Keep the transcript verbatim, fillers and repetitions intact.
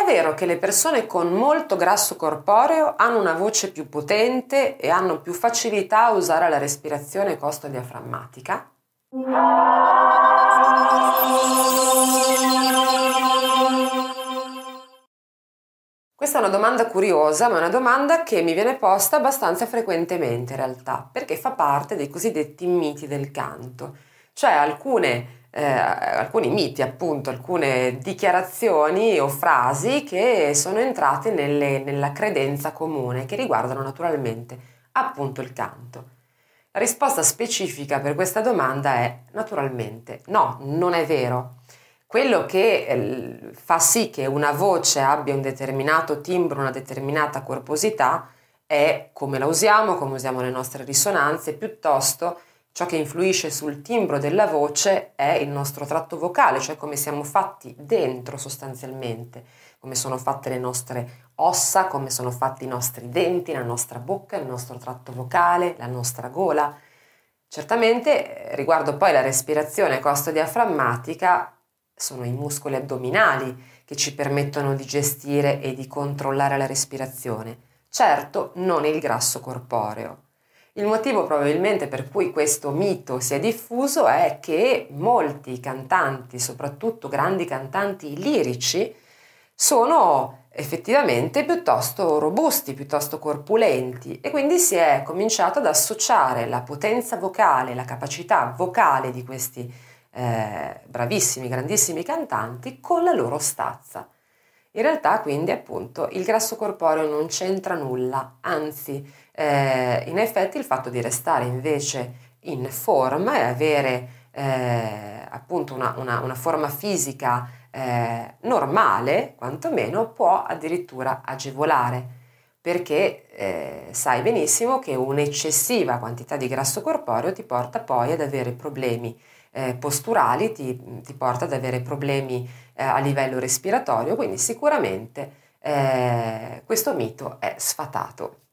È vero che le persone con molto grasso corporeo hanno una voce più potente e hanno più facilità a usare la respirazione costodiaframmatica? Questa è una domanda curiosa, ma è una domanda che mi viene posta abbastanza frequentemente in realtà, perché fa parte dei cosiddetti miti del canto, cioè alcune, eh, alcuni miti, appunto, alcune dichiarazioni o frasi che sono entrate nelle- nella credenza comune, che riguardano naturalmente appunto il canto. La risposta specifica per questa domanda è naturalmente no, non è vero. Quello che eh, fa sì che una voce abbia un determinato timbro, una determinata corposità, è come la usiamo, come usiamo le nostre risonanze, piuttosto ciò che influisce sul timbro della voce è il nostro tratto vocale, cioè come siamo fatti dentro sostanzialmente, come sono fatte le nostre ossa, come sono fatti i nostri denti, la nostra bocca, il nostro tratto vocale, la nostra gola. Certamente, eh, riguardo poi la respirazione costodiaframmatica, sono i muscoli addominali che ci permettono di gestire e di controllare la respirazione, certo non il grasso corporeo. Il motivo probabilmente per cui questo mito si è diffuso è che molti cantanti, soprattutto grandi cantanti lirici, sono effettivamente piuttosto robusti, piuttosto corpulenti e quindi si è cominciato ad associare la potenza vocale, la capacità vocale di questi eh, bravissimi, grandissimi cantanti con la loro stazza. In realtà quindi appunto il grasso corporeo non c'entra nulla, anzi eh, in effetti il fatto di restare invece in forma e avere eh, appunto una, una, una forma fisica eh, normale, quantomeno, può addirittura agevolare, perché eh, sai benissimo che un'eccessiva quantità di grasso corporeo ti porta poi ad avere problemi eh, posturali, ti, ti porta ad avere problemi eh, a livello respiratorio, quindi sicuramente eh, questo mito è sfatato.